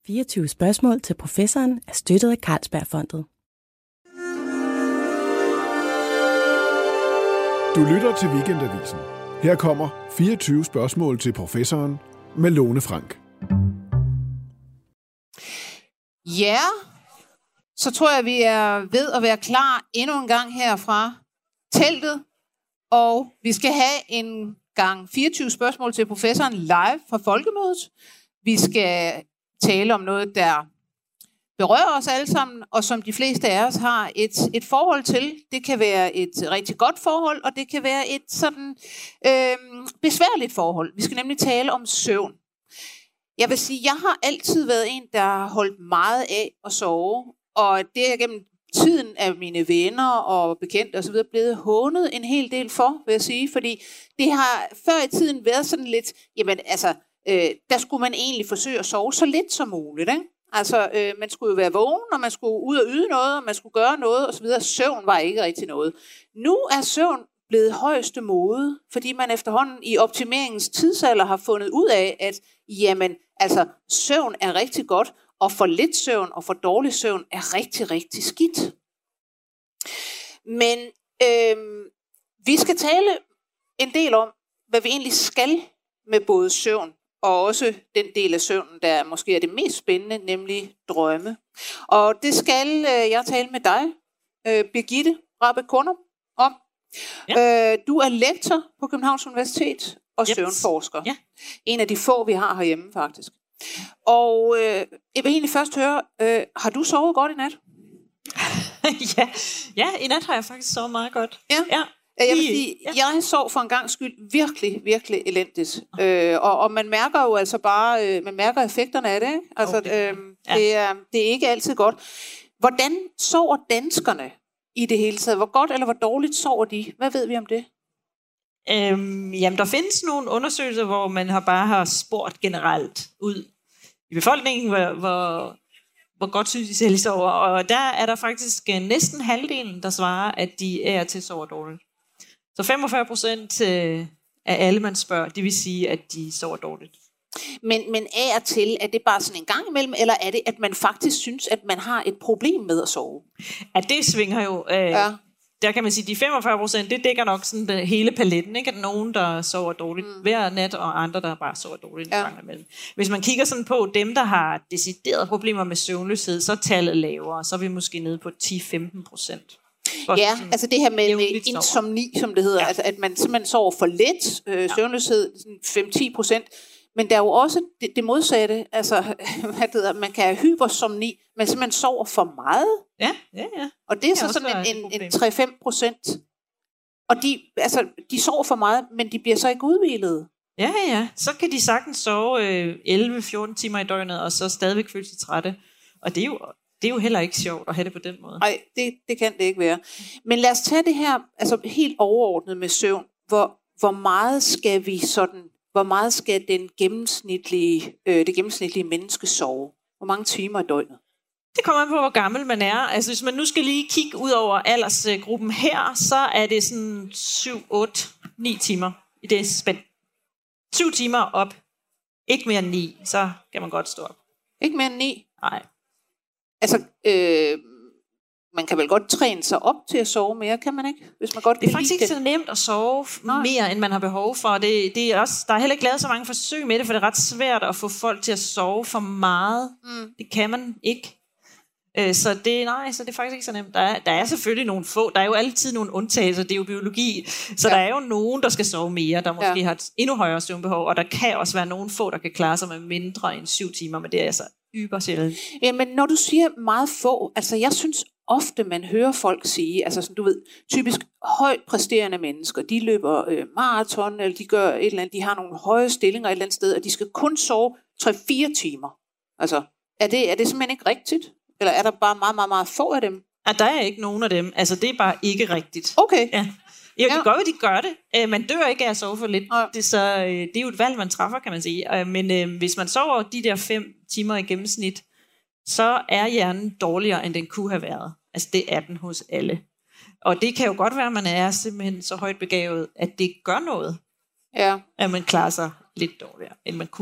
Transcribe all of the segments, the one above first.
24 spørgsmål til professoren er støttet af Carlsbergfondet. Du lytter til Weekendavisen. Her kommer 24 spørgsmål til professoren med Lone Frank. Ja, så tror jeg, vi er ved at være klar endnu en gang her fra teltet. Og vi skal have en gang 24 spørgsmål til professoren live fra Folkemødet. Vi skal tale om noget, der berører os alle sammen, og som de fleste af os har et forhold til. Det kan være et rigtig godt forhold, og det kan være et sådan besværligt forhold. Vi skal nemlig tale om søvn. Jeg vil sige, jeg har altid været en, der har holdt meget af at sove, og det er gennem tiden af mine venner og bekendte osv. blevet hånet en hel del for, vil jeg sige, fordi det har før i tiden været sådan lidt, jamen altså, der skulle man egentlig forsøge at sove så lidt som muligt, ikke? Altså, man skulle jo være vågen, og man skulle ud og yde noget, og man skulle gøre noget osv. Søvn var ikke rigtig noget. Nu er søvn blevet højeste mode, fordi man efterhånden i optimeringens tidsalder har fundet ud af, at jamen, altså, søvn er rigtig godt, og for lidt søvn og for dårlig søvn er rigtig, rigtig skidt. Men vi skal tale en del om, hvad vi egentlig skal med både søvn, og også den del af søvnen, der måske er det mest spændende, nemlig drømme. Og det skal jeg tale med dig, Birgitte Rappe Kunder, om. Ja. Du er lektor på Københavns Universitet og søvnforsker. Ja. En af de få, vi har herhjemme, faktisk. Og jeg vil egentlig først høre, har du sovet godt i nat? Ja, i nat har jeg faktisk sovet meget godt. Ja. Jeg vil sige, jeg sov for en gang skyld virkelig, virkelig elendigt. Og man mærker jo altså bare, man mærker effekterne af det, ikke? Altså, det er ikke altid godt. Hvordan sover danskerne i det hele taget? Hvor godt eller hvor dårligt sover de? Hvad ved vi om det? Jamen, der findes nogle undersøgelser, hvor man bare har spurgt generelt ud i befolkningen, hvor godt synes de selv sover. Og der er der faktisk næsten halvdelen, der svarer, at de er til sover dårligt. Så 45% af alle, man spørger, det vil sige, at de sover dårligt. Men af og til, er det bare sådan en gang imellem, eller er det, at man faktisk synes, at man har et problem med at sove? Ja, det svinger jo. Der kan man sige, de 45%, det dækker nok sådan det hele paletten, ikke? At nogen, der sover dårligt hver nat, og andre, der bare sover dårligt en gang imellem. Hvis man kigger sådan på dem, der har deciderede problemer med søvnløshed, så er tallet lavere, så er vi måske nede på 10-15%. Ja, altså det her med insomni, som det hedder, altså at man simpelthen sover for lidt, søvnløshed 5-10%, men der er jo også det modsatte, altså hvad det hedder, man kan have hypersomni, men simpelthen sover for meget. Ja. Og det er så sådan en 3-5%. Og de sover for meget, men de bliver så ikke udhvilede. Ja, så kan de sagtens sove 11-14 timer i døgnet, og så stadigvæk føle sig trætte. Og det er jo heller ikke sjovt at have det på den måde. Nej, det kan det ikke være. Men lad os tage det her, altså helt overordnet med søvn. Hvor meget skal det gennemsnitlige menneske sove? Hvor mange timer i døgnet? Det kommer an på, hvor gammel man er. Altså hvis man nu skal lige kigge ud over aldersgruppen her, så er det sådan 7, 8, 9 timer i det spænd. 7 timer op. Ikke mere end 9, så kan man godt stå op. Ikke mere end 9? Nej. Altså, man kan vel godt træne sig op til at sove mere, kan man ikke? Hvis man godt det er faktisk ikke så nemt at sove mere, end man har behov for. Det er også, der er heller ikke lavet så mange forsøg med det, for det er ret svært at få folk til at sove for meget. Det kan man ikke. Så det er faktisk ikke så nemt. Der er selvfølgelig nogle få. Der er jo altid nogle undtagelser. Det er jo biologi. Så der er jo nogen, der skal sove mere, der måske har et endnu højere søvnbehov. Og der kan også være nogle få, der kan klare sig med mindre end 7 timer. Men det er altså ybersjældent. Ja, men når du siger meget få, altså jeg synes ofte, man hører folk sige, altså som du ved, typisk højt præsterende mennesker, de løber maraton, eller de gør et eller andet, de har nogle høje stillinger et eller andet sted, og de skal kun sove 3-4 timer. Altså, er det simpelthen ikke rigtigt? Eller er der bare meget, meget, meget få af dem? Ja, der er ikke nogen af dem. Altså, det er bare ikke rigtigt. Okay. Ja. Jo, det går jo, de gør det. Man dør ikke af at sove for lidt. Det er jo et valg, man træffer, kan man sige. Men hvis man sover de der 5 timer i gennemsnit, så er hjernen dårligere, end den kunne have været. Altså, det er den hos alle. Og det kan jo godt være, at man er simpelthen så højt begavet, at det gør noget. Ja. At man klarer sig lidt dårligere, end man kunne.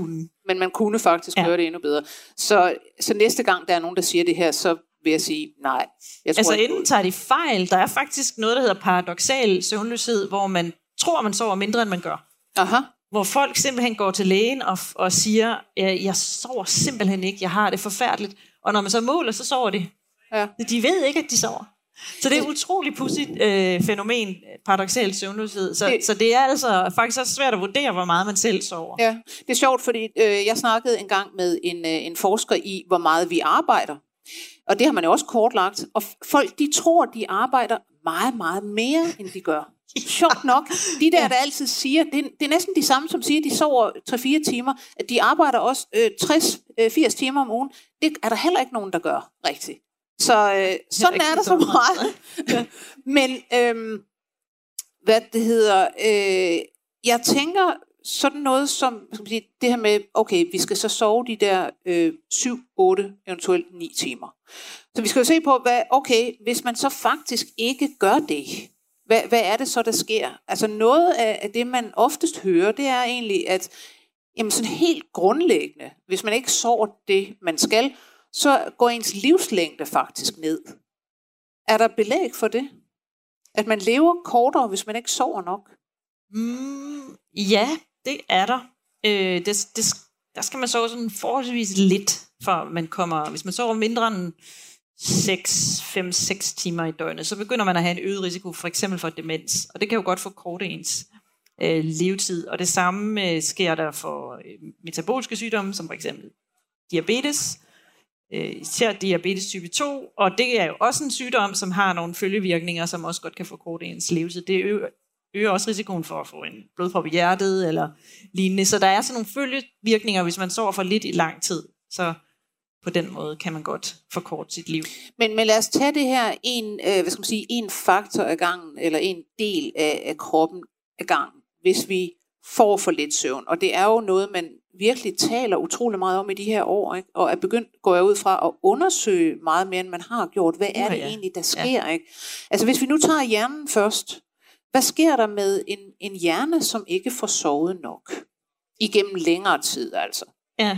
Men man kunne faktisk gøre det endnu bedre. Så næste gang, der er nogen, der siger det her, så vil jeg sige nej. Jeg tror, altså inden tager de fejl. Der er faktisk noget, der hedder paradoksal søvnløshed, hvor man tror, man sover mindre, end man gør. Aha. Hvor folk simpelthen går til lægen og siger, jeg sover simpelthen ikke, jeg har det forfærdeligt. Og når man så måler, så sover de. Ja. De ved ikke, at de sover. Så det er et utroligt pudsigt fænomen, paradoksal søvnløshed. Så det er altså faktisk også svært at vurdere, hvor meget man selv sover. Ja, det er sjovt, fordi jeg snakkede engang med en forsker i, hvor meget vi arbejder. Og det har man jo også kortlagt. Og folk, de tror, de arbejder meget, meget mere, end de gør. Sjovt nok. De der altid siger, det er næsten de samme, som siger, de sover 3-4 timer. At de arbejder også 60-80 timer om ugen. Det er der heller ikke nogen, der gør rigtigt. Så sådan er der så meget. Men hvad det hedder, jeg tænker sådan noget som det her med, okay, vi skal så sove de der 7, 8, eventuelt 9 timer. Så vi skal jo se på, hvis man så faktisk ikke gør det, hvad er det så, der sker? Altså noget af det, man oftest hører, det er egentlig, at jamen sådan helt grundlæggende, hvis man ikke sover det, man skal, så går ens livslængde faktisk ned. Er der belæg for det? At man lever kortere, hvis man ikke sover nok? Ja, det er der. Der skal man sove sådan forholdsvis lidt, for man kommer, hvis man sover mindre end 5-6 timer i døgnet, så begynder man at have en øget risiko, for eksempel for demens. Og det kan jo godt forkorte ens levetid. Og det samme sker der for metaboliske sygdomme, som for eksempel diabetes, især diabetes type 2, og det er jo også en sygdom, som har nogle følgevirkninger, som også godt kan forkorte ens levetid. Det øger også risikoen for at få en blodprop i hjertet eller lignende. Så der er sådan nogle følgevirkninger, hvis man sover for lidt i lang tid. Så på den måde kan man godt forkorte sit liv. Men lad os tage det her en faktor af gangen, eller en del af kroppen af gangen, hvis vi får for lidt søvn. Og det er jo noget, man virkelig taler utrolig meget om i de her år, ikke? Og er begyndt, går jeg ud fra, at undersøge meget mere, end man har gjort. Hvad er det egentlig, der sker? Ikke? Altså hvis vi nu tager hjernen først, hvad sker der med en hjerne, som ikke får sovet nok? Igennem længere tid, altså. Ja,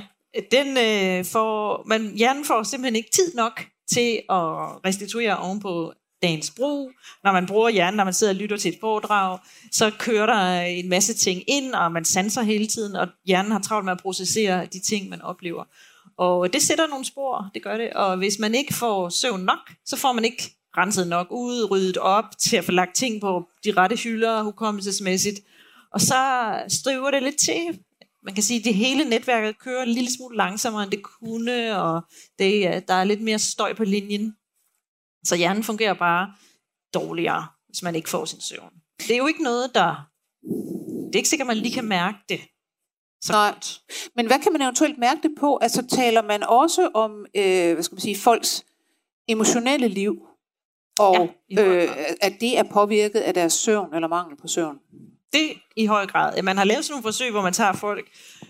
hjernen får simpelthen ikke tid nok til at restituere ovenpå dagens brug. Når man bruger hjernen, når man sidder og lytter til et foredrag, så kører der en masse ting ind, og man sanser hele tiden, og hjernen har travlt med at processere de ting, man oplever. Og det sætter nogle spor, det gør det. Og hvis man ikke får søvn nok, så får man ikke renset nok ud, ryddet op til at få lagt ting på de rette hylder, hukommelsesmæssigt. Og så striver det lidt til. Man kan sige, at det hele netværket kører en lille smule langsommere, end det kunne, og der er lidt mere støj på linjen. Så hjernen fungerer bare dårligere, hvis man ikke får sin søvn. Det er jo ikke noget, det er ikke sikkert, at man lige kan mærke det. Nej. Men hvad kan man eventuelt mærke det på? Altså taler man også om folks emotionelle liv, og at det er påvirket af deres søvn eller mangel på søvn? Det i høj grad. Man har lavet sådan nogle forsøg, hvor man tager folk,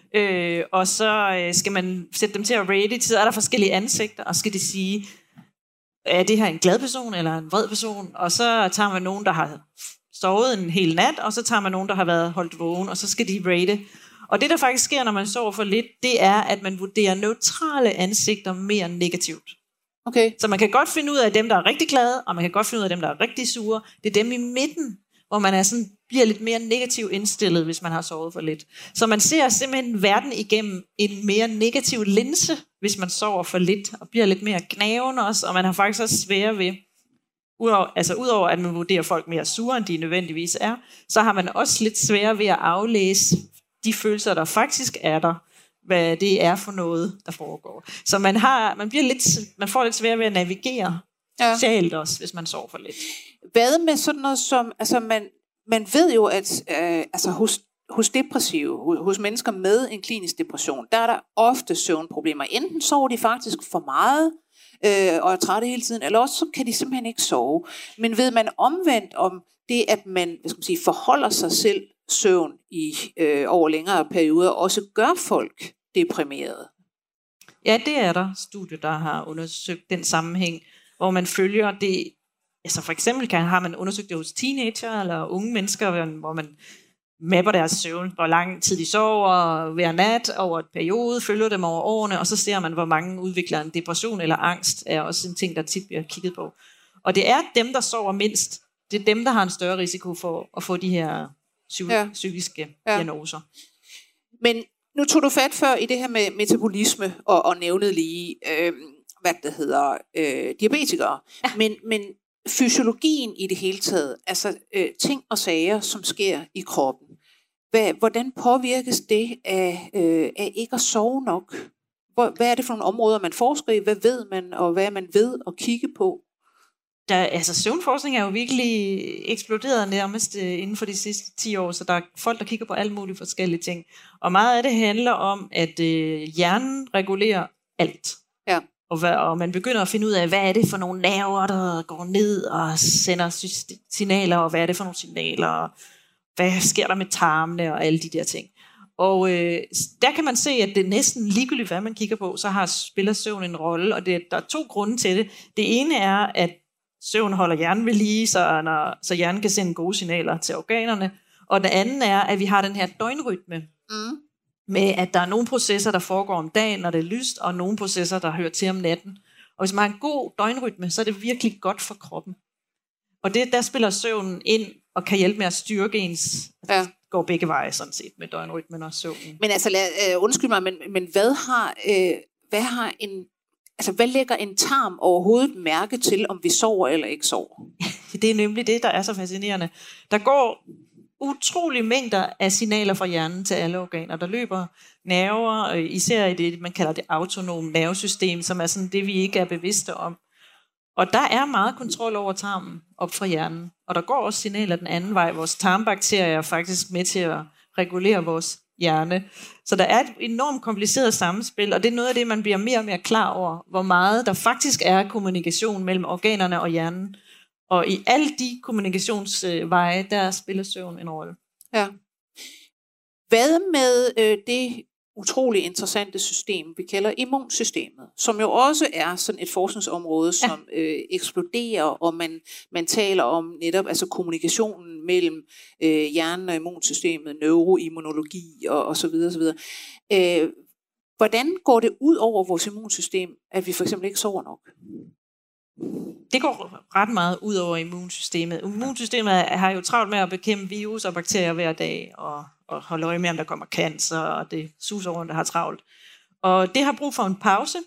og så skal man sætte dem til at rate. Så er der forskellige ansigter, og skal de sige, er det her en glad person eller en vred person? Og så tager man nogen, der har sovet en hel nat, og så tager man nogen, der har været holdt vågen, og så skal de rate. Og det, der faktisk sker, når man sover for lidt, det er, at man vurderer neutrale ansigter mere negativt. Okay. Så man kan godt finde ud af dem, der er rigtig glade, og man kan godt finde ud af dem, der er rigtig sure. Det er dem i midten, hvor man bliver lidt mere negativt indstillet, hvis man har sovet for lidt. Så man ser simpelthen verden igennem en mere negativ linse, hvis man sover for lidt, og bliver lidt mere gnavende også, og man har faktisk også svære ved, udover at man vurderer folk mere sure, end de nødvendigvis er, så har man også lidt svære ved at aflæse de følelser, der faktisk er der, hvad det er for noget, der foregår. Så man får lidt svære ved at navigere socialt også, hvis man sover for lidt. Hvad med sådan noget som, altså man ved jo, at hos depressive, hos mennesker med en klinisk depression, der er der ofte søvnproblemer. Enten sover de faktisk for meget, og er trætte hele tiden, eller også så kan de simpelthen ikke sove. Men ved man omvendt om det, at man forholder sig selv søvn over længere perioder, også gør folk deprimerede? Ja, det er der studier, der har undersøgt den sammenhæng, hvor man følger det. Altså for eksempel har man undersøgt det hos teenager eller unge mennesker, hvor man mapper deres søvn, hvor lang tid de sover hver nat over et periode, følger dem over årene, og så ser man, hvor mange udvikler en depression eller angst, er også en ting, der tit bliver kigget på. Og det er dem, der sover mindst. Det er dem, der har en større risiko for at få de her psykiske diagnoser. Men nu tog du fat før i det her med metabolisme, og nævnede lige, hvad det hedder, diabetikere. Men fysiologien i det hele taget, altså ting og sager, som sker i kroppen, hvordan påvirkes det af ikke at sove nok? Hvad er det for nogle områder, man forsker i? Hvad ved man, og hvad er man ved at kigge på? Søvnforskning er jo virkelig eksploderet nærmest inden for de sidste 10 år, så der er folk, der kigger på alle mulige forskellige ting. Og meget af det handler om, at hjernen regulerer alt. Ja. Og man begynder at finde ud af, hvad er det for nogle nerver, der går ned og sender signaler, og hvad er det for nogle signaler, og hvad sker der med tarmene og alle de der ting. Og der kan man se, at det er næsten ligegyldigt, hvad man kigger på, så spiller søvn en rolle, og der er 2 grunde til det. Det ene er, at søvn holder hjernen ved lige, så hjernen kan sende gode signaler til organerne. Og det andet er, at vi har den her døgnrytme, med at der er nogle processer, der foregår om dagen, når det er lyst, og nogle processer, der hører til om natten. Og hvis man har en god døgnrytme, så er det virkelig godt for kroppen. Og der spiller søvnen ind, og kan hjælpe med at styrke ens... Altså, går begge veje, sådan set, med døgnrytmen og søvnen. Men altså, undskyld mig, men hvad lægger en tarm overhovedet mærke til, om vi sover eller ikke sover? Det er nemlig det, der er så fascinerende. Der går utrolige mængder af signaler fra hjernen til alle organer. Der løber nerver, især i det, man kalder det autonome nervesystem, som er sådan det, vi ikke er bevidste om. Og der er meget kontrol over tarmen op fra hjernen. Og der går også signaler den anden vej. Vores tarmbakterier er faktisk med til at regulere vores hjerne. Så der er et enormt kompliceret samspil, og det er noget af det, man bliver mere og mere klar over, hvor meget der faktisk er kommunikation mellem organerne og hjernen. Og i alle de kommunikationsveje, der spiller søvn en rolle. Ja. Hvad med det utrolig interessante system, vi kalder immunsystemet, som jo også er sådan et forskningsområde, som eksploderer, og man taler om netop altså kommunikationen mellem hjernen og immunsystemet, neuroimmunologi og så videre, så videre. Hvordan går det ud over vores immunsystem, at vi for eksempel ikke sover nok? Det går ret meget ud over immunsystemet. Immunsystemet har jo travlt med at bekæmpe virus og bakterier hver dag, og holde øje med, om der kommer cancer, og det suser rundt, der har travlt. Og det har brug for en pause,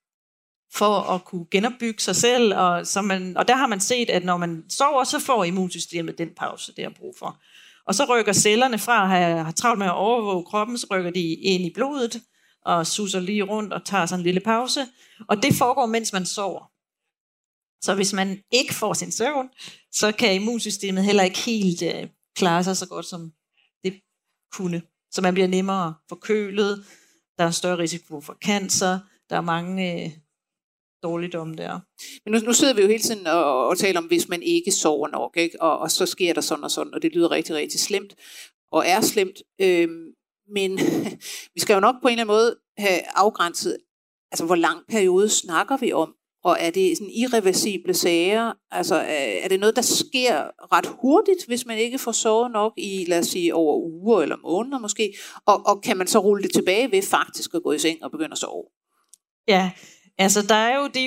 for at kunne genopbygge sig selv, og der har man set, at når man sover, så får immunsystemet den pause, det har brug for. Og så rykker cellerne fra at have travlt med at overvåge kroppen, så rykker de ind i blodet, og suser lige rundt og tager sådan en lille pause. Og det foregår, mens man sover. Så hvis man ikke får sin søvn, så kan immunsystemet heller ikke helt klare sig så godt, som det kunne. Så man bliver nemmere forkølet, der er større risiko for cancer, der er mange dårligdomme der. Men nu sidder vi jo hele tiden og taler om, hvis man ikke sover nok, ikke? Og så sker der sådan og sådan, og det lyder rigtig, rigtig slemt, og er slemt. Men vi skal jo nok på en eller anden måde have afgrænset, altså hvor lang periode snakker vi om, og er det sådan irreversible sager? Altså er det noget, der sker ret hurtigt, hvis man ikke får sovet nok i, lad os sige, over uger eller måneder måske? Og kan man så rulle det tilbage ved faktisk at gå i seng og begynde at sove? Ja, altså det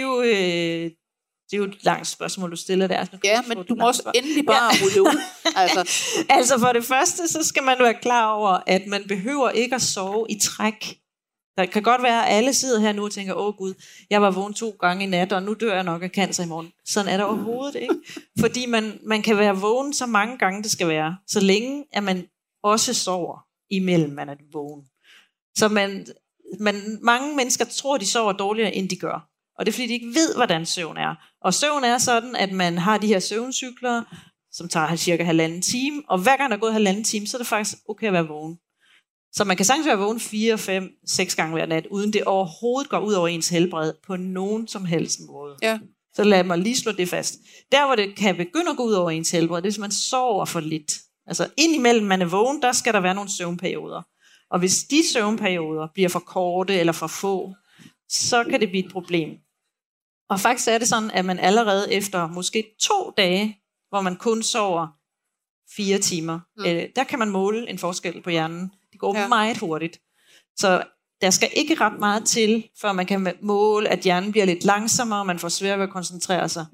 er jo et langt spørgsmål, du stiller der. Ja, men du må også endelig bare rulle ud. Altså for det første, så skal man være klar over, at man behøver ikke at sove i træk. Der kan godt være, at alle sidder her nu og tænker, Gud, jeg var vågen 2 gange i nat, og nu dør jeg nok af cancer i morgen. Sådan er det overhovedet ikke. Fordi man kan være vågen så mange gange, det skal være, så længe at man også sover, imellem man er vågen. Så mange mennesker tror, de sover dårligere, end de gør. Og det er fordi, de ikke ved, hvordan søvn er. Og søvn er sådan, at man har de her søvncykler, som tager cirka 1,5 time, og hver gang der er gået 1,5 time, så er det faktisk okay at være vågen. Så man kan sagtens være vågen 4, 5, 6 gange hver nat, uden det overhovedet går ud over ens helbred på nogen som helst måde. Ja. Så lad mig lige slå det fast. Der, hvor det kan begynde at gå ud over ens helbred, det er, hvis man sover for lidt. Altså indimellem man er vågen, der skal der være nogle søvnperioder. Og hvis de søvnperioder bliver for korte eller for få, så kan det blive et problem. Og faktisk er det sådan, at man allerede efter måske 2 dage, hvor man kun sover 4 timer. Der kan man måle en forskel på hjernen. Det går meget hurtigt. Så der skal ikke ret meget til, før man kan måle, at hjernen bliver lidt langsommere, og man får svært ved at koncentrere sig.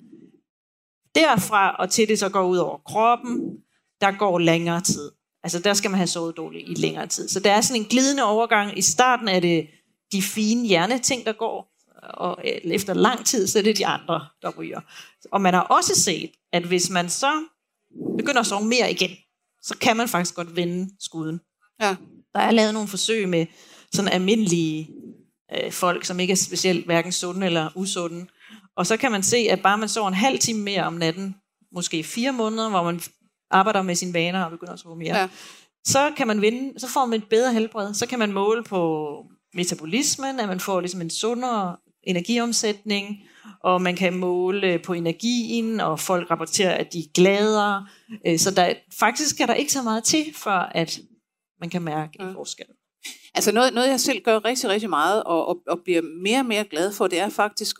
Derfra og til det så går ud over kroppen, der går længere tid. Altså der skal man have sovet dårligt i længere tid. Så der er sådan en glidende overgang. I starten er det de fine hjerneting, der går, og efter lang tid, så er det de andre, der ryger. Og man har også set, at hvis man så begynder at sove mere igen, så kan man faktisk godt vende skuden. Ja. Der er lavet nogle forsøg med sådan almindelige folk, som ikke er specielt hverken sunde eller usunde. Og så kan man se, at bare man sover en halv time mere om natten, måske 4 måneder, hvor man arbejder med sine vaner og begynder at sove mere, så kan man vinde, så får man et bedre helbred. Så kan man måle på metabolismen, at man får ligesom en sundere energiomsætning, og man kan måle på energien, og folk rapporterer, at de er gladere. Så faktisk er der ikke så meget til, for at man kan mærke en forskel. Altså noget jeg selv gør rigtig, rigtig meget, og bliver mere og mere glad for, det er faktisk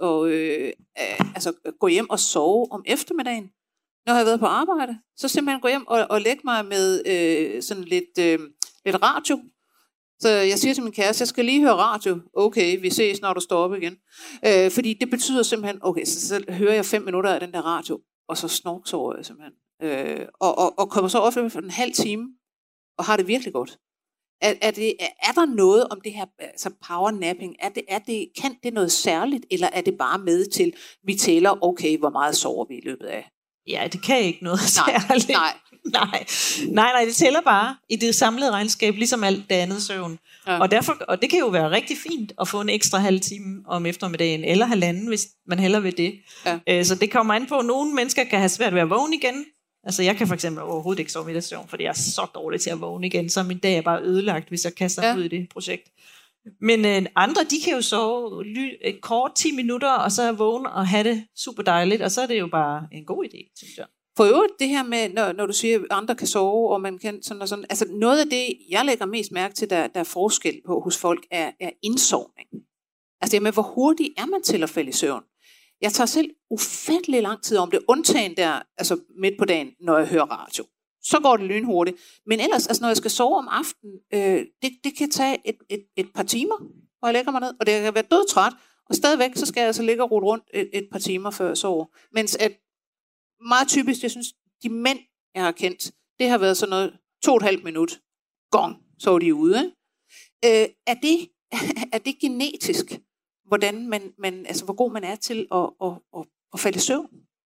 at gå hjem og sove om eftermiddagen. Når jeg har været på arbejde, så simpelthen gå hjem og lægge mig med sådan lidt radio. Så jeg siger til min kæreste, jeg skal lige høre radio. Okay, vi ses, når du står op igen. Fordi det betyder simpelthen, okay, så hører jeg 5 minutter af den der radio, og så snorksover jeg simpelthen. Og kommer så ofte for en halv time, og har det virkelig godt. Er der noget om det her altså powernapping? Kan det noget særligt, eller er det bare med til, vi tæller, okay, hvor meget sover vi i løbet af? Ja, det kan ikke noget særligt. Nej, det tæller bare i det samlede regnskab, ligesom alt det andet søvn. Ja. Og det kan jo være rigtig fint at få en ekstra halv time om eftermiddagen, eller halvanden, hvis man hellere vil det. Ja. Så det kommer an på, at nogle mennesker kan have svært ved at vågne igen. Altså jeg kan for eksempel overhovedet ikke sove middagssøvn, fordi jeg er så dårlig til at vågne igen, så min dag er bare ødelagt, hvis jeg kaster ud i det projekt. Men andre, de kan jo sove et kort 10 minutter, og så vågne og have det super dejligt, og så er det jo bare en god idé, synes jeg. For øvrigt det her med, når du siger, at andre kan sove, og man kan sådan og sådan, altså noget af det, jeg lægger mest mærke til, der er forskel på hos folk, er indsovning. Altså det med, hvor hurtigt er man til at falde i søvn. Jeg tager selv ufattelig lang tid om det, undtagen der, altså midt på dagen, når jeg hører radio. Så går det lynhurtigt. Men ellers, altså når jeg skal sove om aftenen, det kan tage et par timer, hvor jeg lægger mig ned. Og det kan være dødtræt, og stadigvæk, så skal jeg altså ligge og rute rundt et par timer, før jeg sover. Mens at meget typisk, jeg synes, de mænd, jeg har kendt, det har været sådan noget 2,5 minut. Gong, så er de ude. Er det genetisk, hvordan man, altså hvor god man er til at falde i søvn?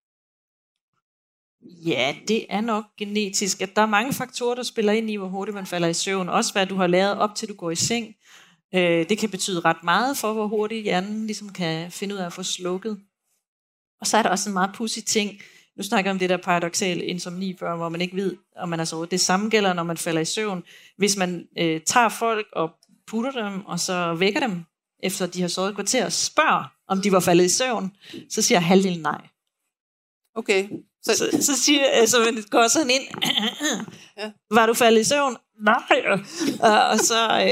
Ja, det er nok genetisk. At der er mange faktorer, der spiller ind i, hvor hurtigt man falder i søvn. Også hvad du har lavet op til du går i seng. Det kan betyde ret meget for, hvor hurtigt hjernen ligesom kan finde ud af at få slukket. Og så er der også en meget pudsig ting. Nu snakker jeg om det der paradoksale insomni før, hvor man ikke ved, om man har sovet. Det samme gælder, når man falder i søvn. Hvis man tager folk og putter dem, og så vækker dem, efter de har sovet et kvarter, og spørger, om de var faldet i søvn, så siger halvdelen nej. Okay. Så man går sådan ind. Var du faldet i søvn? Nej. Og så...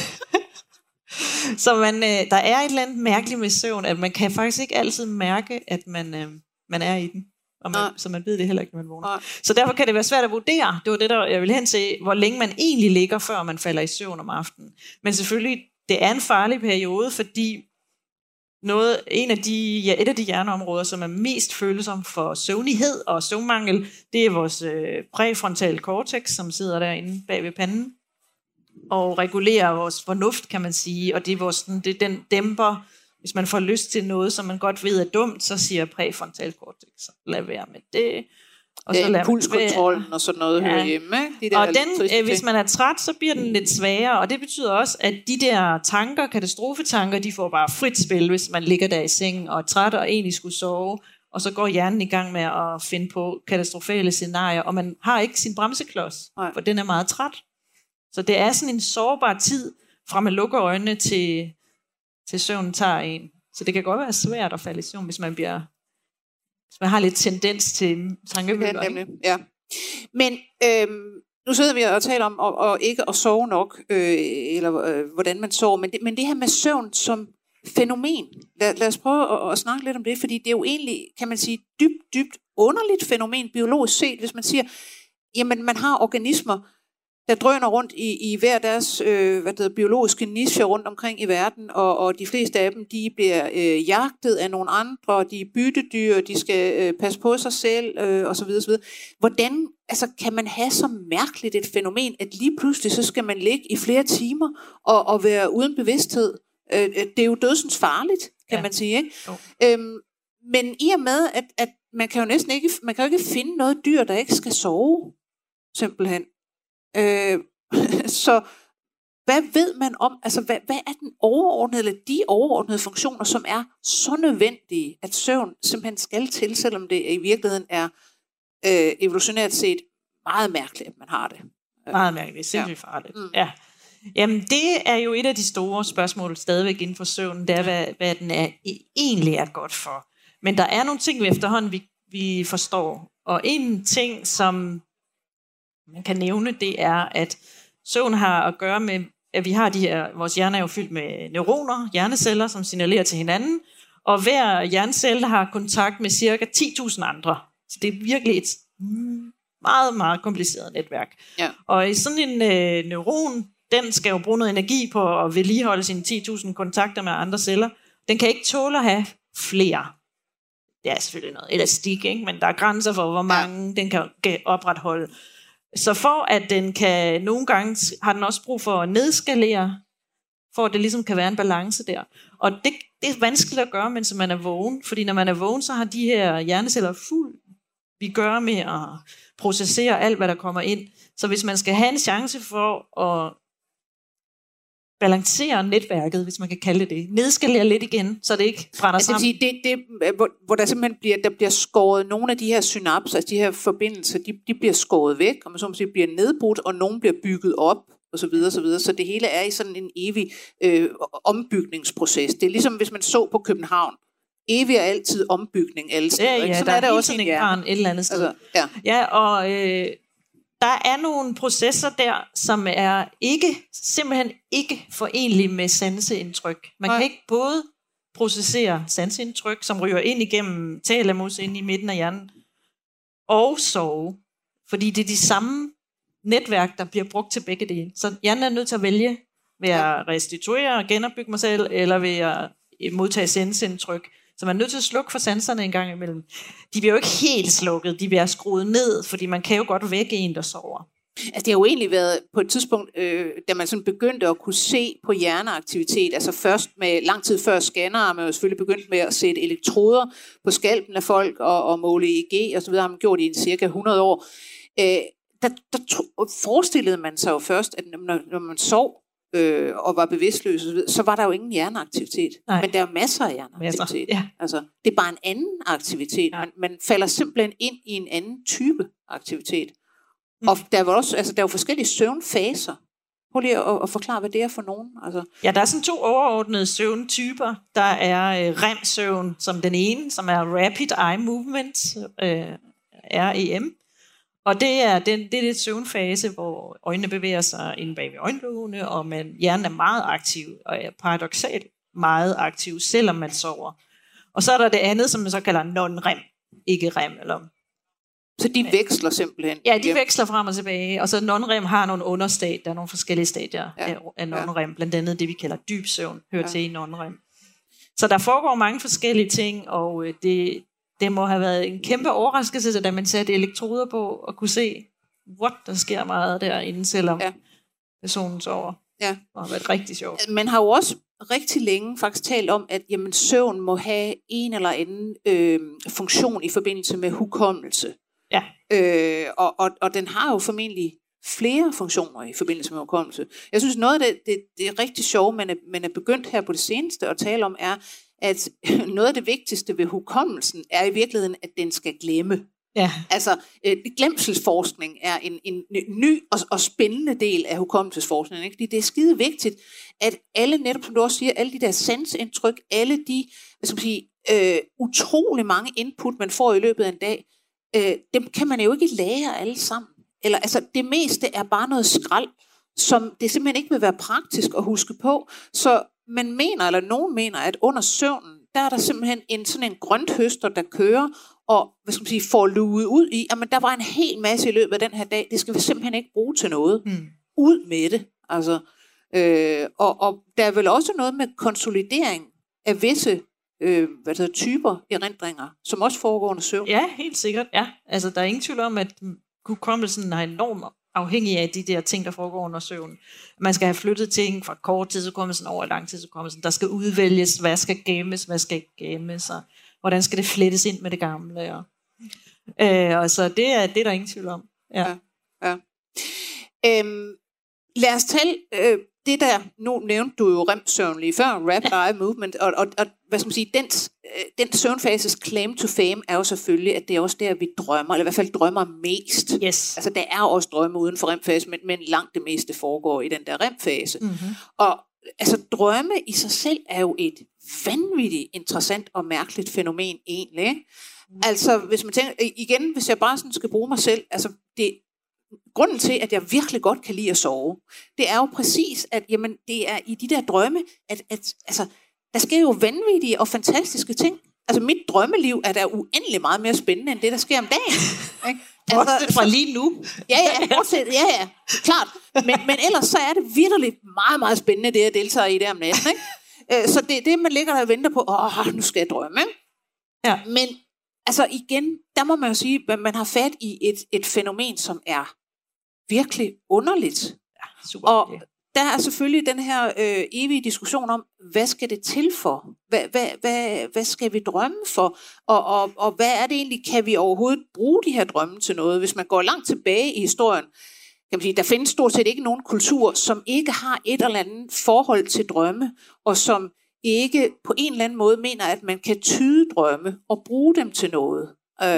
Så der er et eller andet mærkeligt med søvn, at man kan faktisk ikke altid mærke, at man er i den. Så man ved det heller ikke, når man vågner. Så derfor kan det være svært at vurdere. Det var det, der jeg ville hen til, hvor længe man egentlig ligger, før man falder i søvn om aftenen. Men selvfølgelig, det er en farlig periode, fordi et af de hjerneområder, som er mest følsom for søvnighed og søvnmangel, det er vores præfrontale cortex, som sidder derinde bag ved panden og regulerer vores fornuft, kan man sige. Og det er den dæmper, hvis man får lyst til noget, som man godt ved er dumt, så siger præfrontale cortex, lad være med det. Og så impulskontrollen og sådan noget hører hjemme. Ikke? Og hvis man er træt, så bliver den lidt svagere, og det betyder også, at de der tanker, katastrofetanker, de får bare frit spil, hvis man ligger der i sengen og er træt og egentlig skulle sove, og så går hjernen i gang med at finde på katastrofale scenarier, og man har ikke sin bremseklods, for den er meget træt. Så det er sådan en sårbar tid, fra man lukker øjnene til søvnen tager en. Så det kan godt være svært at falde i søvn, hvis man har lidt tendens til tankemøller. Ja. Men nu sidder vi og taler om og ikke at sove nok, eller hvordan man sover, men det her med søvn som fænomen, lad os prøve at snakke lidt om det, fordi det er jo egentlig, kan man sige, dybt underligt fænomen biologisk set, hvis man siger, Jamen, man har organismer, der drøner rundt i hver deres biologiske niche rundt omkring i verden, og de fleste af dem, de bliver jagtet af nogle andre, de er byttedyr, de skal passe på sig selv, osv. osv. Hvordan kan man have så mærkeligt et fænomen, at lige pludselig så skal man ligge i flere timer og være uden bevidsthed? Det er jo dødsens farligt, kan man sige, ikke? Men i og med, at man kan jo næsten ikke, man kan jo ikke finde noget dyr, der ikke skal sove, simpelthen. Så hvad ved man om, hvad er den overordnede, eller de overordnede funktioner, som er så nødvendige, at søvn simpelthen skal til, selvom det i virkeligheden er evolutionært set meget mærkeligt, at man har det. Meget mærkeligt, sindssygt farligt. Ja. Jamen, det er jo et af de store spørgsmål stadigvæk inden for søvnen, det er, hvad den egentlig er godt for. Men der er nogle ting, vi efterhånden vi forstår. Og en ting, som man kan nævne, det er, at søvn har at gøre med, at vi har vores hjerne er jo fyldt med neuroner, hjerneceller, som signalerer til hinanden, og hver hjernecelle har kontakt med cirka 10.000 andre. Så det er virkelig et meget, meget kompliceret netværk. Ja. Og i sådan en neuron, den skal jo bruge noget energi på at vedligeholde sine 10.000 kontakter med andre celler. Den kan ikke tåle at have flere. Det er selvfølgelig noget elastik, ikke? Men der er grænser for, hvor mange den kan opretholde. Så for at den kan, nogle gange har den også brug for at nedskalere, for at det ligesom kan være en balance der. Og det er vanskeligt at gøre, mens man er vågen, fordi når man er vågen, så har de her hjerneceller vi gør med at processere alt, hvad der kommer ind. Så hvis man skal have en chance for at balancere netværket, hvis man kan kalde det, nedskalere lidt igen, så det ikke brænder sammen. Det, hvor der simpelthen bliver skåret nogle af de her synapser, de her forbindelser, de bliver skåret væk, og man så må sige, bliver nedbrudt, og nogle bliver bygget op, og så videre, så videre. Så det hele er i sådan en evig ombygningsproces. Det er ligesom, hvis man så på København. Evig og altid ombygning alle steder. Ja, sådan der er det også en et eller andet sted. Ja, og der er nogle processer der, som er simpelthen ikke forenlige med sanseindtryk. Man kan ikke både processere sanseindtryk, som ryger ind igennem thalamus ind i midten af hjernen, og sove. Fordi det er de samme netværk, der bliver brugt til begge dele. Så hjernen er nødt til at vælge ved at restituere og genopbygge mig selv, eller ved at modtage sanseindtryk. Så man er nødt til at slukke for sanserne en gang imellem. De bliver jo ikke helt slukket, de bliver skruet ned, fordi man kan jo godt vække en, der sover. Altså det har jo egentlig været på et tidspunkt, da man sådan begyndte at kunne se på hjerneaktivitet, altså først med lang tid før scannere, man jo selvfølgelig begyndt med at sætte elektroder på skalpen af folk og måle EEG og så videre, har man gjort i cirka 100 år. Der forestillede man sig jo først, at når man sov, og var bevidstløs, så var der jo ingen hjerneaktivitet. Nej. Men der er masser af hjerneaktivitet. Ja. Altså, det er bare en anden aktivitet. Man falder simpelthen ind i en anden type aktivitet. Og der er også, der er jo forskellige søvnfaser. Prøv lige at forklare, hvad det er for nogen. Altså. Ja, der er sådan 2 overordnede søvntyper. Der er REM-søvn som den ene, som er Rapid Eye Movement, REM. Og det er det søvnfase, hvor øjnene bevæger sig inde bag ved øjenlågene, og hjernen er meget aktiv, og er paradoksalt meget aktiv, selvom man sover. Og så er der det andet, som man så kalder non-REM, ikke REM. Eller så de veksler simpelthen? Ja, de veksler frem og tilbage, og så non-REM har nogle understadier, der er nogle forskellige stadier af non-REM, blandt andet det, vi kalder dyb søvn, hører til i non-REM. Så der foregår mange forskellige ting, og det må have været en kæmpe overraskelse, da man satte elektroder på og kunne se, der sker meget derinde, selvom personen sover. Ja. Det har været rigtig sjovt. Man har jo også rigtig længe faktisk talt om, at søvn må have en eller anden funktion i forbindelse med hukommelse. Ja. Og den har jo formentlig flere funktioner i forbindelse med hukommelse. Jeg synes, noget af det er rigtig sjovt, man er begyndt her på det seneste at tale om, er, at noget af det vigtigste ved hukommelsen er i virkeligheden, at den skal glemme. Ja. Altså, glemselsforskning er en ny og spændende del af hukommelsesforskningen, ikke? Fordi det er skide vigtigt, at alle, netop som du også siger, alle de der sansindtryk, alle de, utrolig mange input, man får i løbet af en dag, dem kan man jo ikke lære alle sammen. Eller, det meste er bare noget skrald, som det simpelthen ikke vil være praktisk at huske på. Så man mener, eller nogen mener, at under søvnen, der er der simpelthen sådan en grønthøster, der kører, og får luet ud i, at der var en hel masse i løbet af den her dag, det skal vi simpelthen ikke bruge til noget. Ud med det. Altså, og der er vel også noget med konsolidering af visse typer erindringer, som også foregår under søvn. Ja, helt sikkert. Ja. Altså, der er ingen tvivl om, at hukommelsen er enormt afhængig af de der ting, der foregår under søvn. Man skal have flyttet ting fra kort tidshukommelsen over lang tidshukommelsen. Der skal udvælges, hvad skal gemmes, hvad skal ikke gemmes, og hvordan skal det flettes ind med det gamle. Og så det er der ingen tvivl om. Ja. Lad os tale det der, nu nævnte du jo REM-søvn lige før, Rapid Eye Movement, og hvad skal man sige, den søvnfases claim to fame er jo selvfølgelig, at det er også der, vi drømmer, eller i hvert fald drømmer mest. Yes. Altså, der er også drømme uden for REM-fase, men langt det meste foregår i den der REM-fase. Mm-hmm. Og altså, drømme i sig selv er jo et vanvittigt interessant og mærkeligt fænomen egentlig. Mm. Altså, hvis man tænker, igen, hvis jeg bare sådan skal bruge mig selv, altså, grunden til, at jeg virkelig godt kan lide at sove, det er jo præcis, at jamen, det er i de der drømme, at altså, der sker jo vanvittige og fantastiske ting. Altså, mit drømmeliv er da uendelig meget mere spændende, end det, der sker om dagen. Ikke? Bortset fra lige nu. Ja, klart. Men ellers så er det vitterligt meget, meget spændende, det jeg deltager i der om natten. Ikke? Så det, man ligger der og venter på, nu skal jeg drømme. Ikke? Ja. Men altså igen, der må man jo sige, at man har fat i et fænomen, som er virkelig underligt. Ja, super. Og der er selvfølgelig den her evige diskussion om, hvad skal det til for? Hvad skal vi drømme for? Og hvad er det egentlig, kan vi overhovedet bruge de her drømme til noget? Hvis man går langt tilbage i historien, kan man sige, der findes stort set ikke nogen kultur, som ikke har et eller andet forhold til drømme, og som ikke på en eller anden måde mener, at man kan tyde drømme og bruge dem til noget.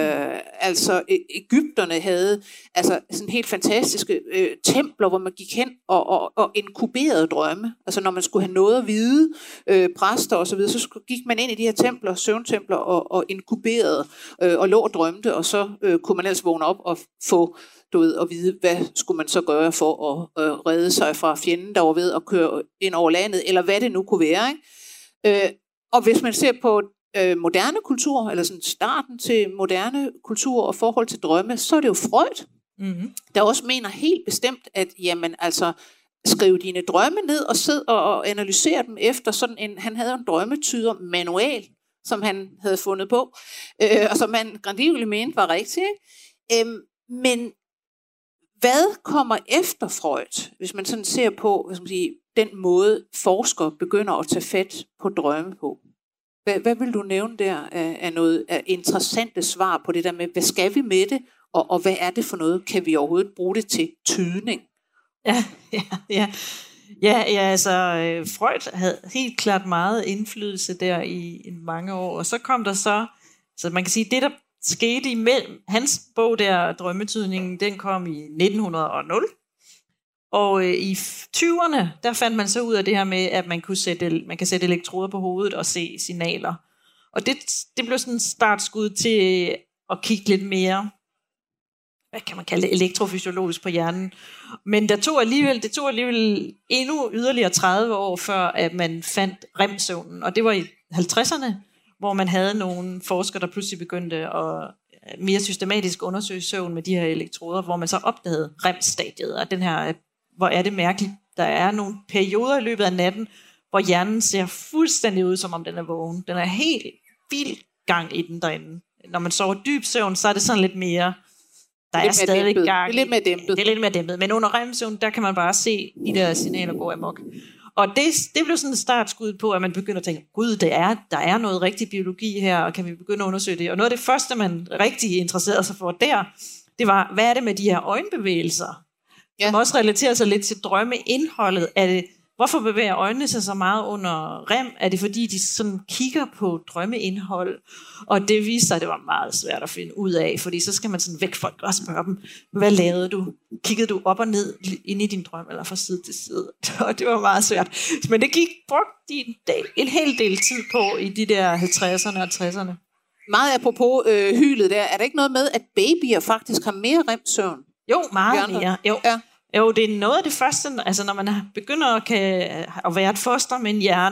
Altså Egypterne havde altså sådan helt fantastiske templer, hvor man gik hen og inkuberede drømme. Altså når man skulle have noget at vide, præster og så videre, så gik man ind i de her templer, søvntempler og inkuberede og lå og drømte, og så kunne man ellers vågne op og få at vide, hvad skulle man så gøre for at redde sig fra fjenden, der var ved at køre ind over landet, eller hvad det nu kunne være. Ikke? Og hvis man ser på moderne kultur, eller sådan starten til moderne kultur og forhold til drømme, så er det jo Freud, der også mener helt bestemt, at jamen altså, skriv dine drømme ned og sid og analysere dem efter sådan en, han havde en drømmetyder manual, som han havde fundet på, og som han grandiveligt mente var rigtigt. Men hvad kommer efter Freud, hvis man sådan ser på, hvad skal man sige, den måde forskere begynder at tage fat på drømme på? Hvad vil du nævne der af noget af interessante svar på det der med, hvad skal vi med det, og hvad er det for noget? Kan vi overhovedet bruge det til tydning? Ja, altså Freud havde helt klart meget indflydelse der i mange år, og så kom der så man kan sige, det der skete imellem, hans bog der, Drømmetydningen, den kom i 1900. Og i 20'erne, der fandt man så ud af det her med, at man kan sætte elektroder på hovedet og se signaler. Og det blev sådan en startskud til at kigge lidt mere, hvad kan man kalde det, elektrofysiologisk på hjernen. Men det tog alligevel endnu yderligere 30 år, før at man fandt REM-søvnen. Og det var i 50'erne, hvor man havde nogle forskere, der pludselig begyndte at mere systematisk undersøge søvn med de her elektroder, hvor man så opdagede REM-stadiet, og den her, hvor er det mærkeligt. Der er nogle perioder i løbet af natten, hvor hjernen ser fuldstændig ud, som om den er vågen. Den er helt vild gang i den derinde. Når man sover dyb søvn, så er det sådan lidt mere, der er stadig gang. Det er lidt mere dæmpet. Det er lidt mere dæmpet. Men under REM-søvn, der kan man bare se de der signaler gå amok. Og det blev sådan et startskud på, at man begynder at tænke, gud, der er noget rigtig biologi her, og kan vi begynde at undersøge det? Og noget af det første, man rigtig interesserede sig for der, det var, hvad er det med de her øjenbevægelser? Som også relaterer sig lidt til drømmeindholdet. Hvorfor bevæger øjnene sig så meget under REM? Er det fordi, de sådan kigger på drømmeindhold? Og det viste sig, at det var meget svært at finde ud af, fordi så skal man sådan væk folk og spørge dem, hvad lavede du? Kiggede du op og ned inde i din drøm, eller fra side til side? Og det var meget svært. Men det brugte de en hel del tid på i de der 50'erne og 60'erne. Meget apropos hylet der, er der ikke noget med, at babyer faktisk har mere REM-søvn? Jo, meget mere. Jo, det er noget af det første, altså når man begynder at være et foster med en hjerne,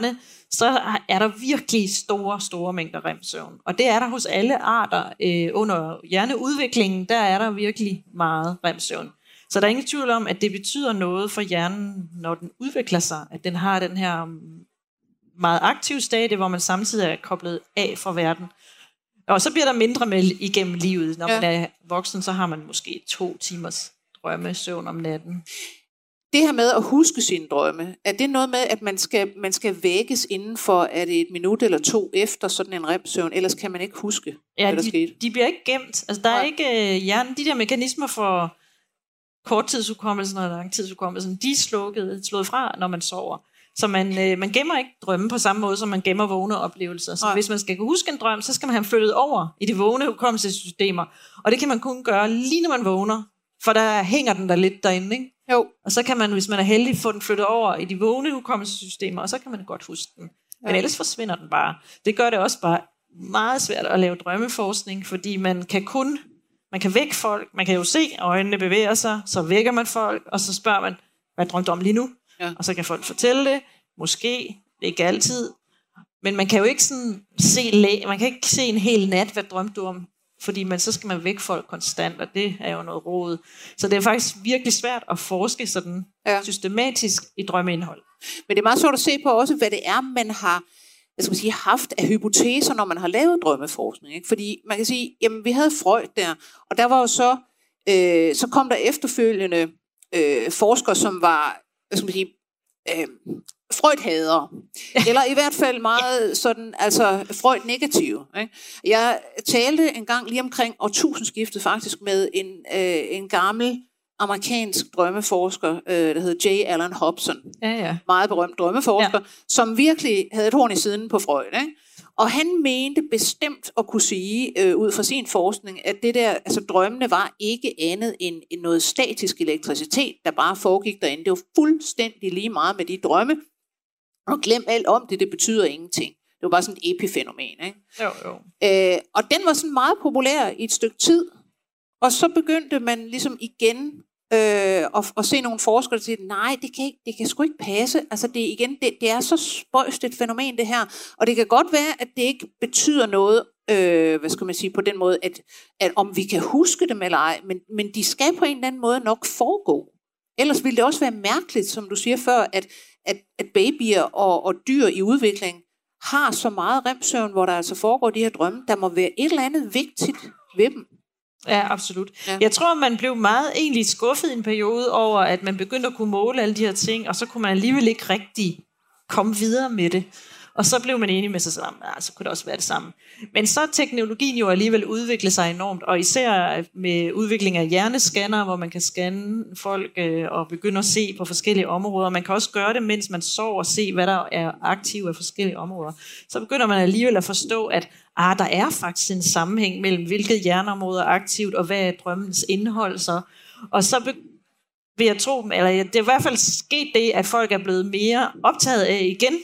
så er der virkelig store mængder REM-søvn. Og det er der hos alle arter. Under hjerneudviklingen, der er der virkelig meget REM-søvn. Så der er ingen tvivl om, at det betyder noget for hjernen, når den udvikler sig, at den har den her meget aktive stadie, hvor man samtidig er koblet af fra verden. Og så bliver der mindre med igennem livet. Når man er voksen, så har man måske 2 timers drømmesøvn om natten. Det her med at huske sine drømme, er det noget med, at man skal vækkes inden for, er det 1 minut eller 2 efter sådan en REM-søvn, ellers kan man ikke huske, hvad der skete? De bliver ikke gemt. Altså, der er ikke hjernen, de der mekanismer for korttidshukommelsen og langtidshukommelsen, de er slået fra, når man sover. Så man gemmer ikke drømme på samme måde, som man gemmer vågne oplevelser. Så hvis man skal kunne huske en drøm, så skal man have flyttet over i de vågne hukommelsessystemer. Og det kan man kun gøre lige når man vågner, for der hænger den der lidt derinde, ikke? Jo. Og så kan man, hvis man er heldig, få den flyttet over i de vågne hukommelsessystemer, og så kan man godt huske den. Men ellers forsvinder den bare. Det gør det også bare meget svært at lave drømmeforskning, fordi man kan vække folk, man kan jo se, at øjnene bevæger sig, så vækker man folk, og så spørger man, hvad drømte du om lige nu? Ja. Og så kan folk fortælle det, måske, ikke altid, men man kan jo ikke sådan man kan ikke se en hel nat, hvad drømte du om, fordi så skal man vække folk konstant, og det er jo noget rod. Så det er faktisk virkelig svært at forske sådan systematisk i drømmeindhold. Men det er meget sjovt at se på også, hvad det er, man har haft af hypoteser, når man har lavet drømmeforskning. Ikke? Fordi man kan sige, jamen vi havde Freud der, og der var jo så kom der efterfølgende forskere, som var, Freud-hadere. Eller i hvert fald meget sådan, altså Freud-negative. Ikke? Jeg talte en gang lige omkring årtusindskiftet faktisk med en gammel amerikansk drømmeforsker, der hed J. Allen Hobson. Ja. Meget berømt drømmeforsker, som virkelig havde et horn i siden på Freud. Ikke? Og han mente bestemt at kunne sige, ud fra sin forskning, at det der, altså drømmene var ikke andet end noget statisk elektricitet, der bare foregik derinde. Det var fuldstændig lige meget med de drømme. Og glem alt om det, det betyder ingenting. Det var bare sådan et epifænomen. Ikke? Jo. Og den var sådan meget populær i et stykke tid. Og så begyndte man ligesom igen at se nogle forskere, der siger, nej, det kan sgu ikke passe. Altså det er så spøjst et fænomen det her. Og det kan godt være, at det ikke betyder noget, på den måde, at om vi kan huske dem eller ej, men de skal på en eller anden måde nok foregå. Ellers ville det også være mærkeligt, som du siger før, at babyer og dyr i udvikling har så meget REM-søvn, hvor der altså foregår de her drømme. Der må være et eller andet vigtigt ved dem. Ja, absolut. Ja. Jeg tror, man blev meget egentlig skuffet i en periode over, at man begyndte at kunne måle alle de her ting, og så kunne man alligevel ikke rigtig komme videre med det. Og så blev man enig med sig selv, så kunne det også være det samme. Men så er teknologien jo alligevel udviklet sig enormt, og især med udvikling af hjernescanner, hvor man kan scanne folk og begynde at se på forskellige områder. Man kan også gøre det, mens man sover og se, hvad der er aktivt af forskellige områder. Så begynder man alligevel at forstå, at der er faktisk en sammenhæng mellem, hvilket hjerneområde er aktivt, og hvad er drømmens indhold så. Og så vil jeg tro, eller det er i hvert fald sket det, at folk er blevet mere optaget af igen,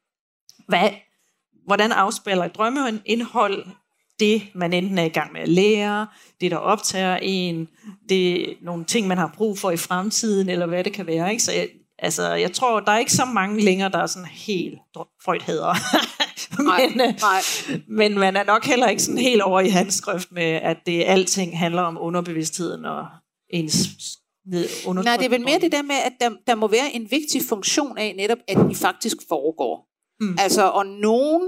hvordan afspiller et drømmeindhold det, man enten er i gang med at lære, det, der optager en, det nogle ting, man har brug for i fremtiden, eller hvad det kan være. Ikke? Så jeg tror, der er ikke så mange længere, der er sådan helt Freud-hadere. Men man er nok heller ikke sådan helt over i handskrift med, at alting handler om underbevidstheden og ens undertryk. Nej, det er vel mere det der med, at der må være en vigtig funktion af netop, at de faktisk foregår. Altså, og nogen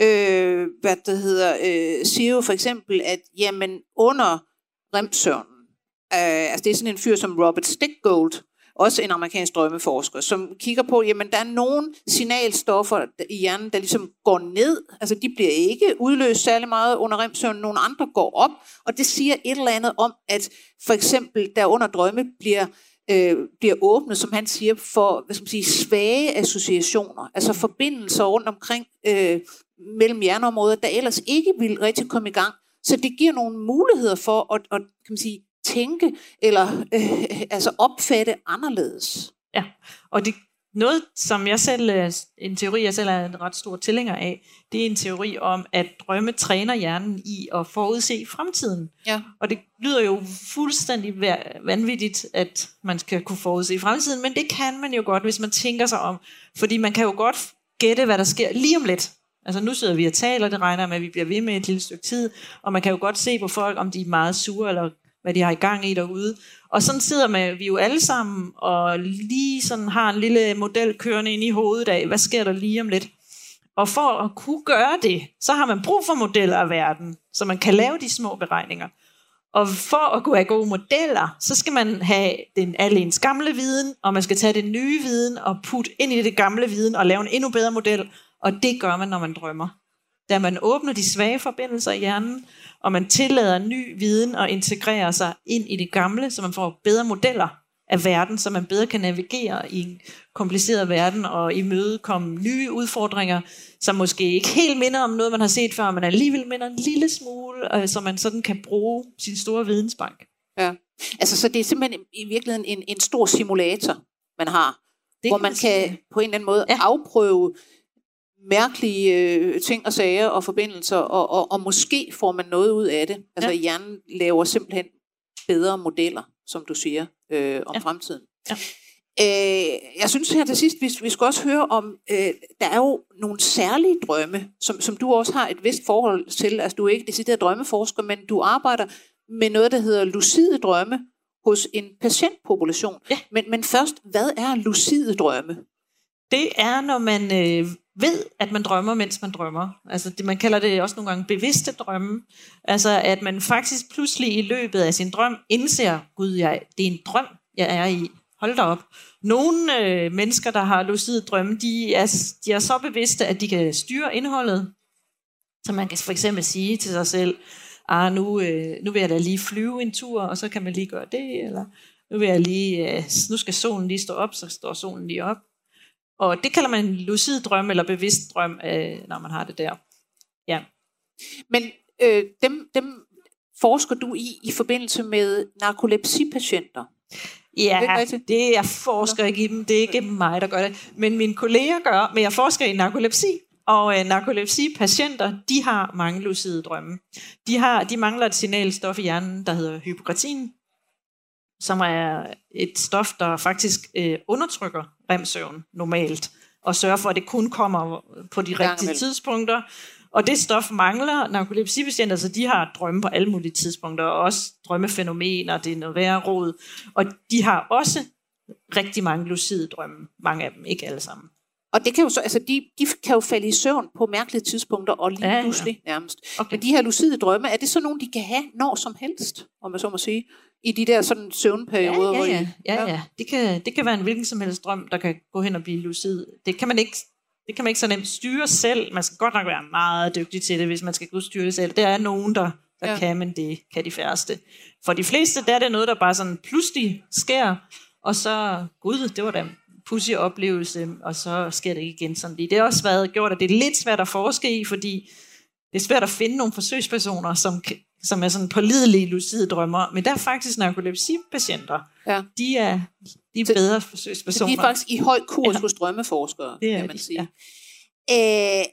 siger jo for eksempel, at jamen under REM-søvnen, altså det er sådan en fyr som Robert Stickgold, også en amerikansk drømmeforsker, som kigger på, jamen der er nogle signalstoffer i hjernen, der ligesom går ned, altså de bliver ikke udløst særlig meget under REM-søvnen, nogle andre går op, og det siger et eller andet om, at for eksempel der under drømme bliver åbnet, som han siger, for svage associationer, altså forbindelser rundt omkring mellem hjerneområder, der ellers ikke vil rigtig komme i gang. Så det giver nogle muligheder for at tænke eller opfatte anderledes. Ja, og det noget, som en teori, jeg selv er en ret stor tilhænger af, det er en teori om, at drømme træner hjernen i at forudse fremtiden. Ja. Og det lyder jo fuldstændig vanvittigt, at man skal kunne forudse fremtiden, men det kan man jo godt, hvis man tænker sig om. Fordi man kan jo godt gætte, hvad der sker lige om lidt. Altså nu sidder vi og taler, det regner med, at vi bliver ved med et lille stykke tid, og man kan jo godt se på folk, om de er meget sure, eller hvad de har i gang i derude. Og sådan sidder vi jo alle sammen, og lige sådan har en lille model kørende ind i hovedet af, hvad sker der lige om lidt? Og for at kunne gøre det, så har man brug for modeller af verden, så man kan lave de små beregninger. Og for at kunne have gode modeller, så skal man have alle ens gamle viden, og man skal tage den nye viden og putte ind i det gamle viden og lave en endnu bedre model. Og det gør man, når man drømmer. Da man åbner de svage forbindelser i hjernen, og man tillader ny viden og integrerer sig ind i det gamle, så man får bedre modeller af verden, så man bedre kan navigere i en kompliceret verden og imødekomme nye udfordringer, som måske ikke helt minder om noget, man har set før, men alligevel minder en lille smule, så man sådan kan bruge sin store vidensbank. Ja, altså så det er simpelthen i virkeligheden en stor simulator, man har, hvor man kan på en eller anden måde afprøve mærkelige ting og sager og forbindelser, og måske får man noget ud af det. Altså hjernen laver simpelthen bedre modeller, som du siger, om fremtiden. Ja. Jeg synes her til sidst, vi skal også høre om, der er jo nogle særlige drømme, som du også har et vist forhold til. Altså du er ikke decideret drømmeforsker, men du arbejder med noget, der hedder lucide drømme hos en patientpopulation. Ja. Men først, hvad er lucide drømme? Det er, når man ved, at man drømmer, mens man drømmer. Altså man kalder det også nogle gange bevidste drømme. Altså at man faktisk pludselig i løbet af sin drøm indser, gud, det er en drøm, jeg er i. Hold da op. Nogle mennesker, der har lucide drømme, de er så bevidste, at de kan styre indholdet. Så man kan for eksempel sige til sig selv, nu vil jeg da lige flyve en tur, og så kan man lige gøre det, eller nu skal solen lige stå op, så står solen lige op. Og det kalder man en lucid drøm, eller bevidst drøm, når man har det der. Ja. Men dem forsker du i forbindelse med narkolepsipatienter? Ja, jeg forsker ikke i dem. Det er ikke mig, der gør det. Men mine kolleger gør, men jeg forsker i narkolepsi. Og narkolepsipatienter, de har mange lucide drømme. De mangler et signalstof i hjernen, der hedder hypokratin, som er et stof, der faktisk undertrykker REM-søvn normalt, og sørger for, at det kun kommer på de rigtige tidspunkter. Og det stof mangler narkolepsipatienter, så de har drømme på alle mulige tidspunkter, og også drømmefænomener, det er noget værre rod. Og de har også rigtig mange lucide drømme, mange af dem, ikke alle sammen. Og det kan jo så, altså de kan jo falde i søvn på mærkelige tidspunkter, og lige pludselig nærmest. Okay. Men de her lucide drømme, er det så nogen, de kan have når som helst, om man så må sige, i de der sådan søvnperioder? Ja. Det kan være en hvilken som helst drøm, der kan gå hen og blive lucid. Det kan man ikke så nemt styre selv. Man skal godt nok være meget dygtig til det, hvis man skal kunne styre det selv. Der er nogen, der kan, men det kan de færreste. For de fleste, der er det noget, der bare sådan pludselig sker, og så, gud, det var da en pudsig oplevelse, og så sker det ikke igen sådan lige. Det har også været gjort, at det er lidt svært at forske i, fordi det er svært at finde nogle forsøgspersoner, som er sådan pålidelige lucide drømmer. Men der er faktisk narkolepsipatienter. Ja. De er bedre forsøgspersoner. Så de er faktisk i høj kurs hos drømmeforskere, kan man sige. Ja.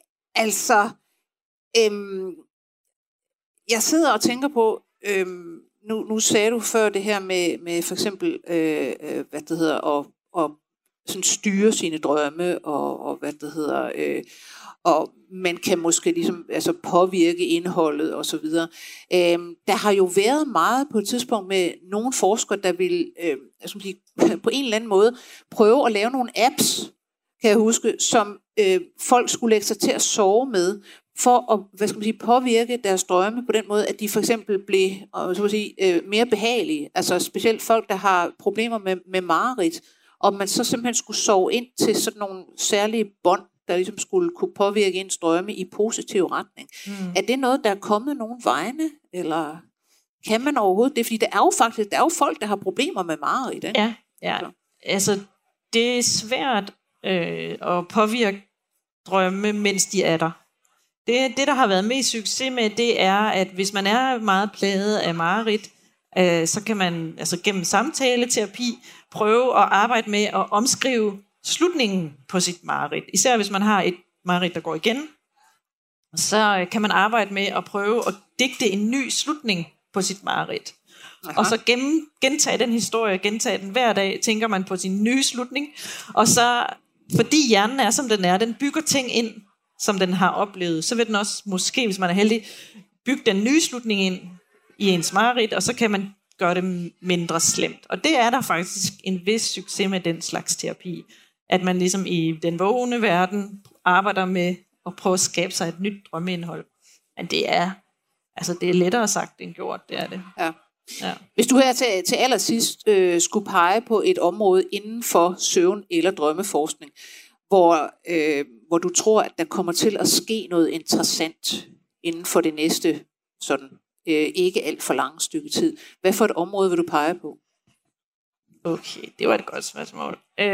Jeg sidder og tænker på, nu sagde du før det her med for eksempel, at sådan styre sine drømme, og og man kan måske ligesom påvirke indholdet og så videre. Der har jo været meget på et tidspunkt med nogle forskere, der vil på en eller anden måde prøve at lave nogle apps, kan jeg huske, som folk skulle lægge sig til at sove med, for at påvirke deres drømme på den måde, at de for eksempel blev mere behagelige. Altså specielt folk, der har problemer med mareridt, og man så simpelthen skulle sove ind til sådan nogle særlige bånd, der ligesom skulle kunne påvirke ens drømme i positiv retning. Er det noget, der er kommet nogen vegne, eller kan man overhovedet det? Fordi der er jo folk, der har problemer med mareridt. Ja. Altså det er svært at påvirke drømme, mens de er der. Det, der har været mest succes med, det er, at hvis man er meget plaget af mareridt, så kan man gennem samtaleterapi prøve at arbejde med at omskrive slutningen på sit mareridt. Især hvis man har et mareridt, der går igen, så kan man arbejde med at prøve at digte en ny slutning på sit mareridt. Og så gentage den historie, gentage den hver dag, tænker man på sin nye slutning, og så fordi hjernen er, som den er, den bygger ting ind, som den har oplevet, så vil den også, måske, hvis man er heldig, bygge den nye slutning ind i ens mareridt, og så kan man gøre det mindre slemt. Og det er der faktisk en vis succes med den slags terapi. At man ligesom i den vågne verden arbejder med at prøve at skabe sig et nyt drømmeindhold. Men det er lettere sagt end gjort, det er det. Ja. Ja. Hvis du her til allersidst skulle pege på et område inden for søvn- eller drømmeforskning, hvor du tror, at der kommer til at ske noget interessant inden for det næste sådan ikke alt for langt stykke tid. Hvad for et område vil du pege på? Okay, det var et godt spørgsmål.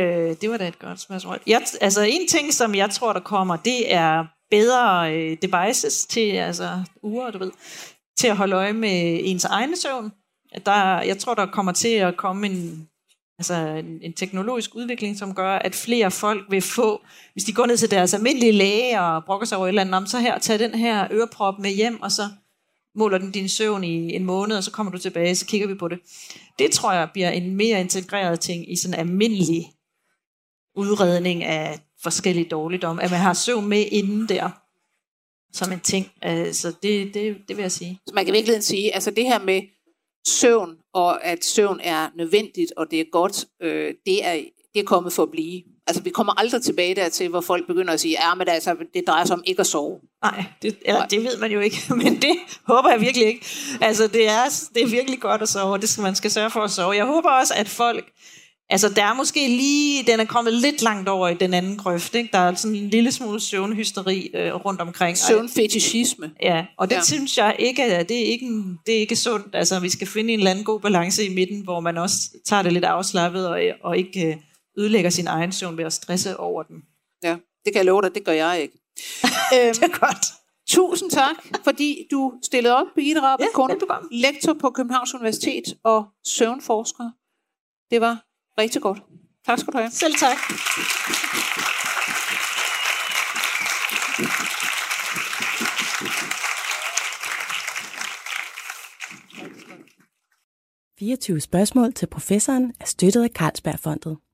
En ting, som jeg tror, der kommer, det er bedre devices til, ure, du ved, til at holde øje med ens egne søvn. Jeg tror, der kommer til at komme en teknologisk udvikling, som gør, at flere folk vil få, hvis de går ned til deres almindelige læge og brokker sig over et eller andet, så her, tag den her øreprop med hjem, og så måler den din søvn i en måned, og så kommer du tilbage, så kigger vi på det. Det tror jeg bliver en mere integreret ting i sådan en almindelig udredning af forskellige dårligdomme, at man har søvn med inden der, som en ting. Så det vil jeg sige. Så man kan virkelig sige, altså det her med søvn, og at søvn er nødvendigt, og det er godt, det er kommet for at blive. Altså vi kommer aldrig tilbage dertil, hvor folk begynder at sige, men det drejer sig om ikke at sove. Nej, det ved man jo ikke, men det håber jeg virkelig ikke. Altså det er virkelig godt at sove, og man skal sørge for at sove. Jeg håber også, at folk, der er måske lige, den er kommet lidt langt over i den anden grøft, ikke? Der er sådan en lille smule søvnhysteri rundt omkring. Søvnfetishisme. Ja, og det synes jeg ikke, det er ikke sundt. Altså vi skal finde en eller anden god balance i midten, hvor man også tager det lidt afslappet, og ikke ødelægger sin egen søvn ved at stresse over den. Ja, det kan jeg love dig, det gør jeg ikke. Det er godt. Tusind tak, fordi du stillede op, Birgitte Raabæk Kunde, lektor på Københavns Universitet og søvnforsker. Det var rigtig godt. Tak skal du have. Selv tak. ...24 spørgsmål til professoren er støttet af Carlsbergfondet.